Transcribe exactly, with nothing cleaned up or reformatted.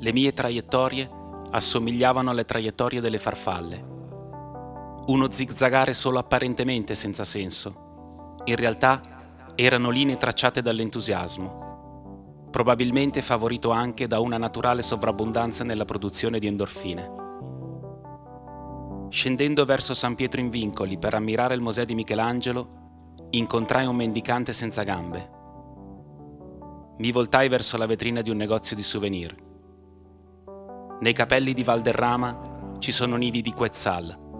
Le mie traiettorie assomigliavano alle traiettorie delle farfalle. Uno zigzagare solo apparentemente senza senso. In realtà erano linee tracciate dall'entusiasmo, probabilmente favorito anche da una naturale sovrabbondanza nella produzione di endorfine. Scendendo verso San Pietro in Vincoli per ammirare il Mosè di Michelangelo, incontrai un mendicante senza gambe. Mi voltai verso la vetrina di un negozio di souvenir. Nei capelli di Valderrama ci sono nidi di Quetzal.